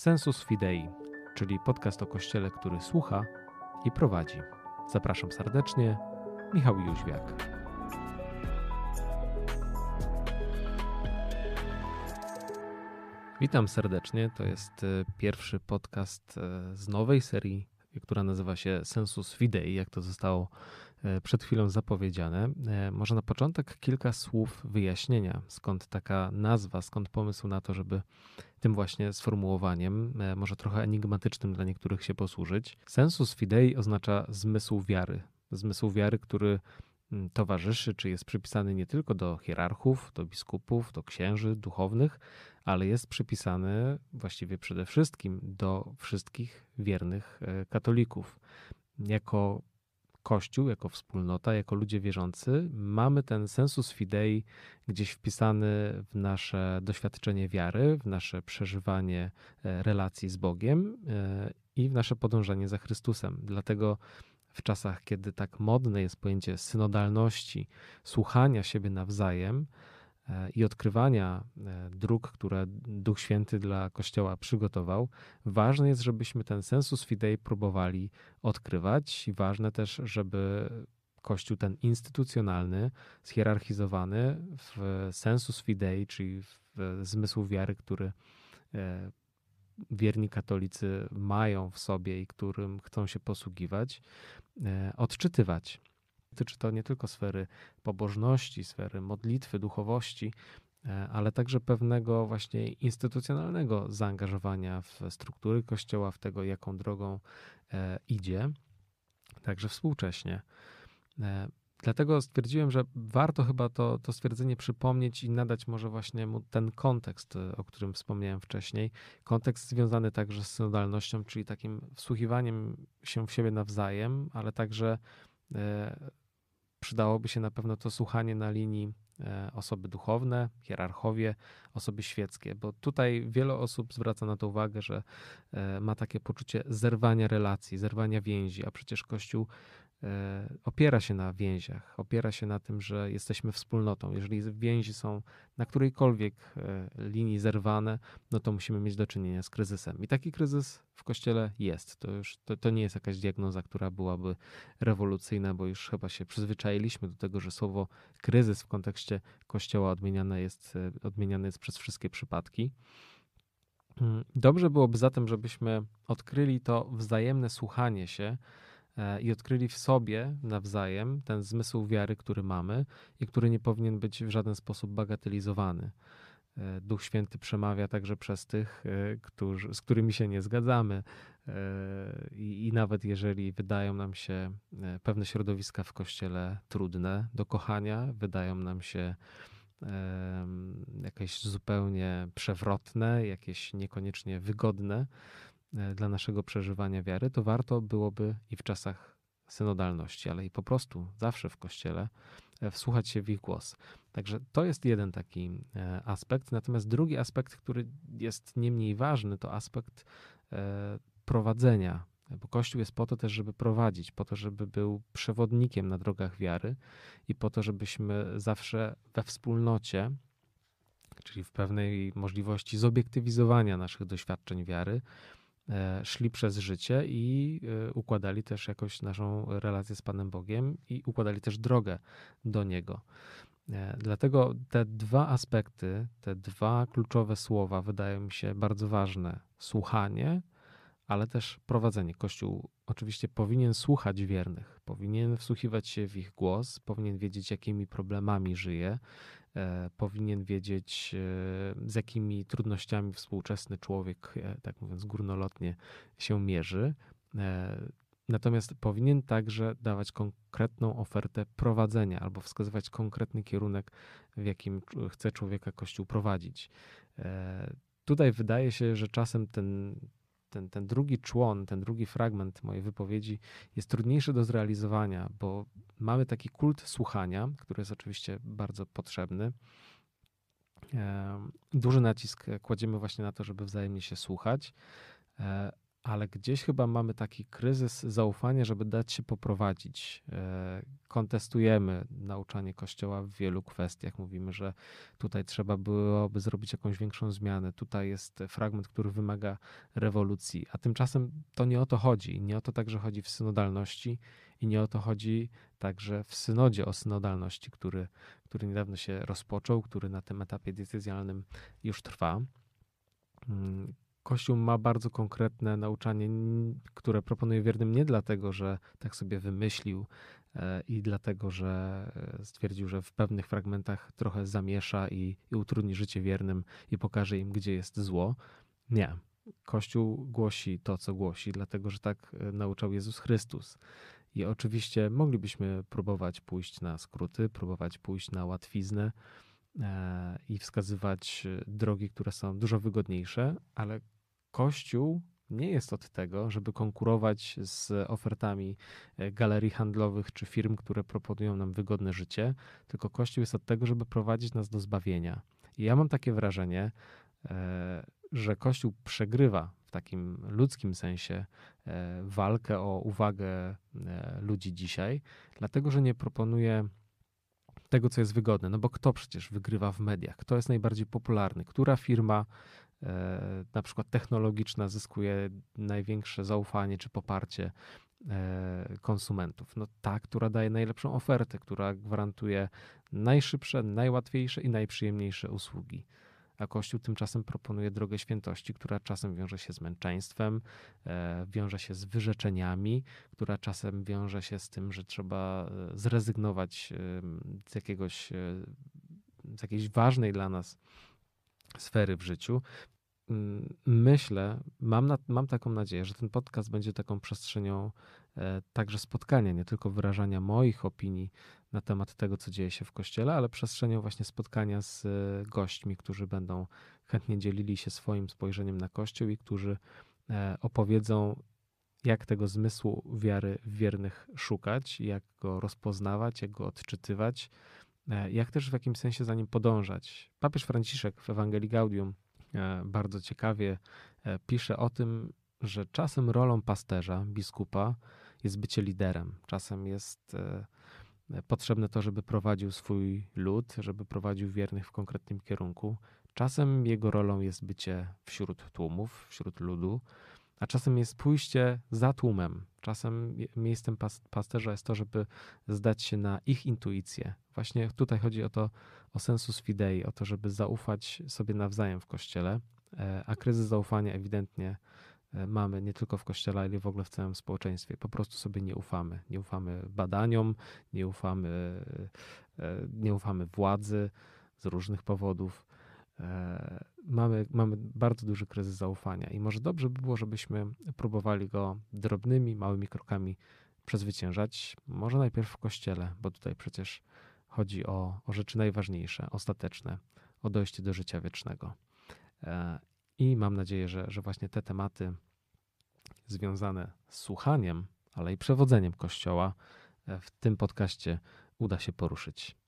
Sensus Fidei, czyli podcast o Kościele, który słucha i prowadzi. Zapraszam serdecznie, Michał Jóźwiak. Witam serdecznie, to jest pierwszy podcast z nowej serii, która nazywa się Sensus Fidei, jak to zostało przed chwilą zapowiedziane. Może na początek kilka słów wyjaśnienia, skąd taka nazwa, skąd pomysł na to, żeby tym właśnie sformułowaniem, może trochę enigmatycznym dla niektórych się posłużyć. Sensus Fidei oznacza zmysł wiary, który towarzyszy, czy jest przypisany nie tylko do hierarchów, do biskupów, do księży duchownych, ale jest przypisany właściwie przede wszystkim do wszystkich wiernych katolików. Jako Kościół, jako wspólnota, jako ludzie wierzący mamy ten sensus fidei gdzieś wpisany w nasze doświadczenie wiary, w nasze przeżywanie relacji z Bogiem i w nasze podążanie za Chrystusem. Dlatego w czasach, kiedy tak modne jest pojęcie synodalności, słuchania siebie nawzajem i odkrywania dróg, które Duch Święty dla Kościoła przygotował, ważne jest, żebyśmy ten sensus fidei próbowali odkrywać i ważne też, żeby Kościół ten instytucjonalny, zhierarchizowany w sensus fidei, czyli w zmysł wiary, który wierni katolicy mają w sobie i którym chcą się posługiwać, odczytywać. Dotyczy to nie tylko sfery pobożności, sfery modlitwy, duchowości, ale także pewnego właśnie instytucjonalnego zaangażowania w struktury Kościoła, w tego, jaką drogą idzie, także współcześnie. Dlatego stwierdziłem, że warto chyba to stwierdzenie przypomnieć i nadać może właśnie mu ten kontekst, o którym wspomniałem wcześniej. Kontekst związany także z synodalnością, czyli takim wsłuchiwaniem się w siebie nawzajem, ale także przydałoby się na pewno to słuchanie na linii osoby duchowne, hierarchowie, osoby świeckie, bo tutaj wiele osób zwraca na to uwagę, że ma takie poczucie zerwania relacji, zerwania więzi, a przecież Kościół opiera się na więziach, opiera się na tym, że jesteśmy wspólnotą. Jeżeli więzi są na którejkolwiek linii zerwane, no to musimy mieć do czynienia z kryzysem. I taki kryzys w Kościele jest. To nie jest jakaś diagnoza, która byłaby rewolucyjna, bo już chyba się przyzwyczailiśmy do tego, że słowo kryzys w kontekście Kościoła odmieniane jest przez wszystkie przypadki. Dobrze byłoby zatem, żebyśmy odkryli to wzajemne słuchanie się i odkryli w sobie nawzajem ten zmysł wiary, który mamy i który nie powinien być w żaden sposób bagatelizowany. Duch Święty przemawia także przez tych, z którymi się nie zgadzamy i nawet jeżeli wydają nam się pewne środowiska w Kościele trudne do kochania, wydają nam się jakieś zupełnie przewrotne, jakieś niekoniecznie wygodne dla naszego przeżywania wiary, to warto byłoby i w czasach synodalności, ale i po prostu zawsze w Kościele wsłuchać się w ich głos. Także to jest jeden taki aspekt. Natomiast drugi aspekt, który jest nie mniej ważny, to aspekt prowadzenia, bo Kościół jest po to też, żeby prowadzić, po to, żeby był przewodnikiem na drogach wiary i po to, żebyśmy zawsze we wspólnocie, czyli w pewnej możliwości zobiektywizowania naszych doświadczeń wiary, szli przez życie i układali też jakoś naszą relację z Panem Bogiem i układali też drogę do Niego. Dlatego te dwa aspekty, te dwa kluczowe słowa wydają mi się bardzo ważne. Słuchanie, ale też prowadzenie. Kościół oczywiście powinien słuchać wiernych, powinien wsłuchiwać się w ich głos, powinien wiedzieć, jakimi problemami żyje, powinien wiedzieć, z jakimi trudnościami współczesny człowiek, tak mówiąc górnolotnie, się mierzy. Natomiast powinien także dawać konkretną ofertę prowadzenia albo wskazywać konkretny kierunek, w jakim chce człowieka Kościół prowadzić. Tutaj wydaje się, że czasem ten drugi człon, ten drugi fragment mojej wypowiedzi jest trudniejszy do zrealizowania, bo mamy taki kult słuchania, który jest oczywiście bardzo potrzebny. Duży nacisk kładziemy właśnie na to, żeby wzajemnie się słuchać, ale gdzieś chyba mamy taki kryzys zaufania, żeby dać się poprowadzić. Kontestujemy nauczanie Kościoła w wielu kwestiach. Mówimy, że tutaj trzeba byłoby zrobić jakąś większą zmianę. Tutaj jest fragment, który wymaga rewolucji, a tymczasem to nie o to chodzi. Nie o to także chodzi w synodalności i nie o to chodzi także w synodzie o synodalności, który niedawno się rozpoczął, który na tym etapie decyzjalnym już trwa. Kościół ma bardzo konkretne nauczanie, które proponuje wiernym nie dlatego, że tak sobie wymyślił i dlatego, że stwierdził, że w pewnych fragmentach trochę zamiesza i utrudni życie wiernym i pokaże im, gdzie jest zło. Nie. Kościół głosi to, co głosi, dlatego, że tak nauczał Jezus Chrystus. I oczywiście moglibyśmy próbować pójść na skróty, próbować pójść na łatwiznę i wskazywać drogi, które są dużo wygodniejsze, ale Kościół nie jest od tego, żeby konkurować z ofertami galerii handlowych czy firm, które proponują nam wygodne życie, tylko Kościół jest od tego, żeby prowadzić nas do zbawienia. I ja mam takie wrażenie, że Kościół przegrywa w takim ludzkim sensie walkę o uwagę ludzi dzisiaj, dlatego że nie proponuje tego, co jest wygodne. No bo kto przecież wygrywa w mediach? Kto jest najbardziej popularny? Która firma na przykład technologiczna zyskuje największe zaufanie czy poparcie konsumentów? No ta, która daje najlepszą ofertę, która gwarantuje najszybsze, najłatwiejsze i najprzyjemniejsze usługi. A Kościół tymczasem proponuje drogę świętości, która czasem wiąże się z męczeństwem, wiąże się z wyrzeczeniami, która czasem wiąże się z tym, że trzeba zrezygnować z jakiejś ważnej dla nas sfery w życiu. Myślę, mam taką nadzieję, że ten podcast będzie taką przestrzenią także spotkania, nie tylko wyrażania moich opinii na temat tego, co dzieje się w Kościele, ale przestrzenią właśnie spotkania z gośćmi, którzy będą chętnie dzielili się swoim spojrzeniem na Kościół i którzy opowiedzą, jak tego zmysłu wiary w wiernych szukać, jak go rozpoznawać, jak go odczytywać, jak też w jakimś sensie za nim podążać. Papież Franciszek w Ewangelii Gaudium bardzo ciekawie pisze o tym, że czasem rolą pasterza, biskupa jest bycie liderem. Czasem jest potrzebne to, żeby prowadził swój lud, żeby prowadził wiernych w konkretnym kierunku. Czasem jego rolą jest bycie wśród tłumów, wśród ludu, a czasem jest pójście za tłumem. Czasem miejscem pasterza jest to, żeby zdać się na ich intuicję. Właśnie tutaj chodzi o sensus fidei, o to, żeby zaufać sobie nawzajem w Kościele, a kryzys zaufania ewidentnie mamy nie tylko w Kościele, ale w ogóle w całym społeczeństwie. Po prostu sobie nie ufamy. Nie ufamy badaniom, nie ufamy władzy z różnych powodów. Mamy bardzo duży kryzys zaufania i może dobrze by było, żebyśmy próbowali go drobnymi, małymi krokami przezwyciężać. Może najpierw w Kościele, bo tutaj przecież chodzi o rzeczy najważniejsze, ostateczne, o dojście do życia wiecznego. I mam nadzieję, że właśnie te tematy związane z słuchaniem, ale i przewodzeniem Kościoła w tym podcaście uda się poruszyć.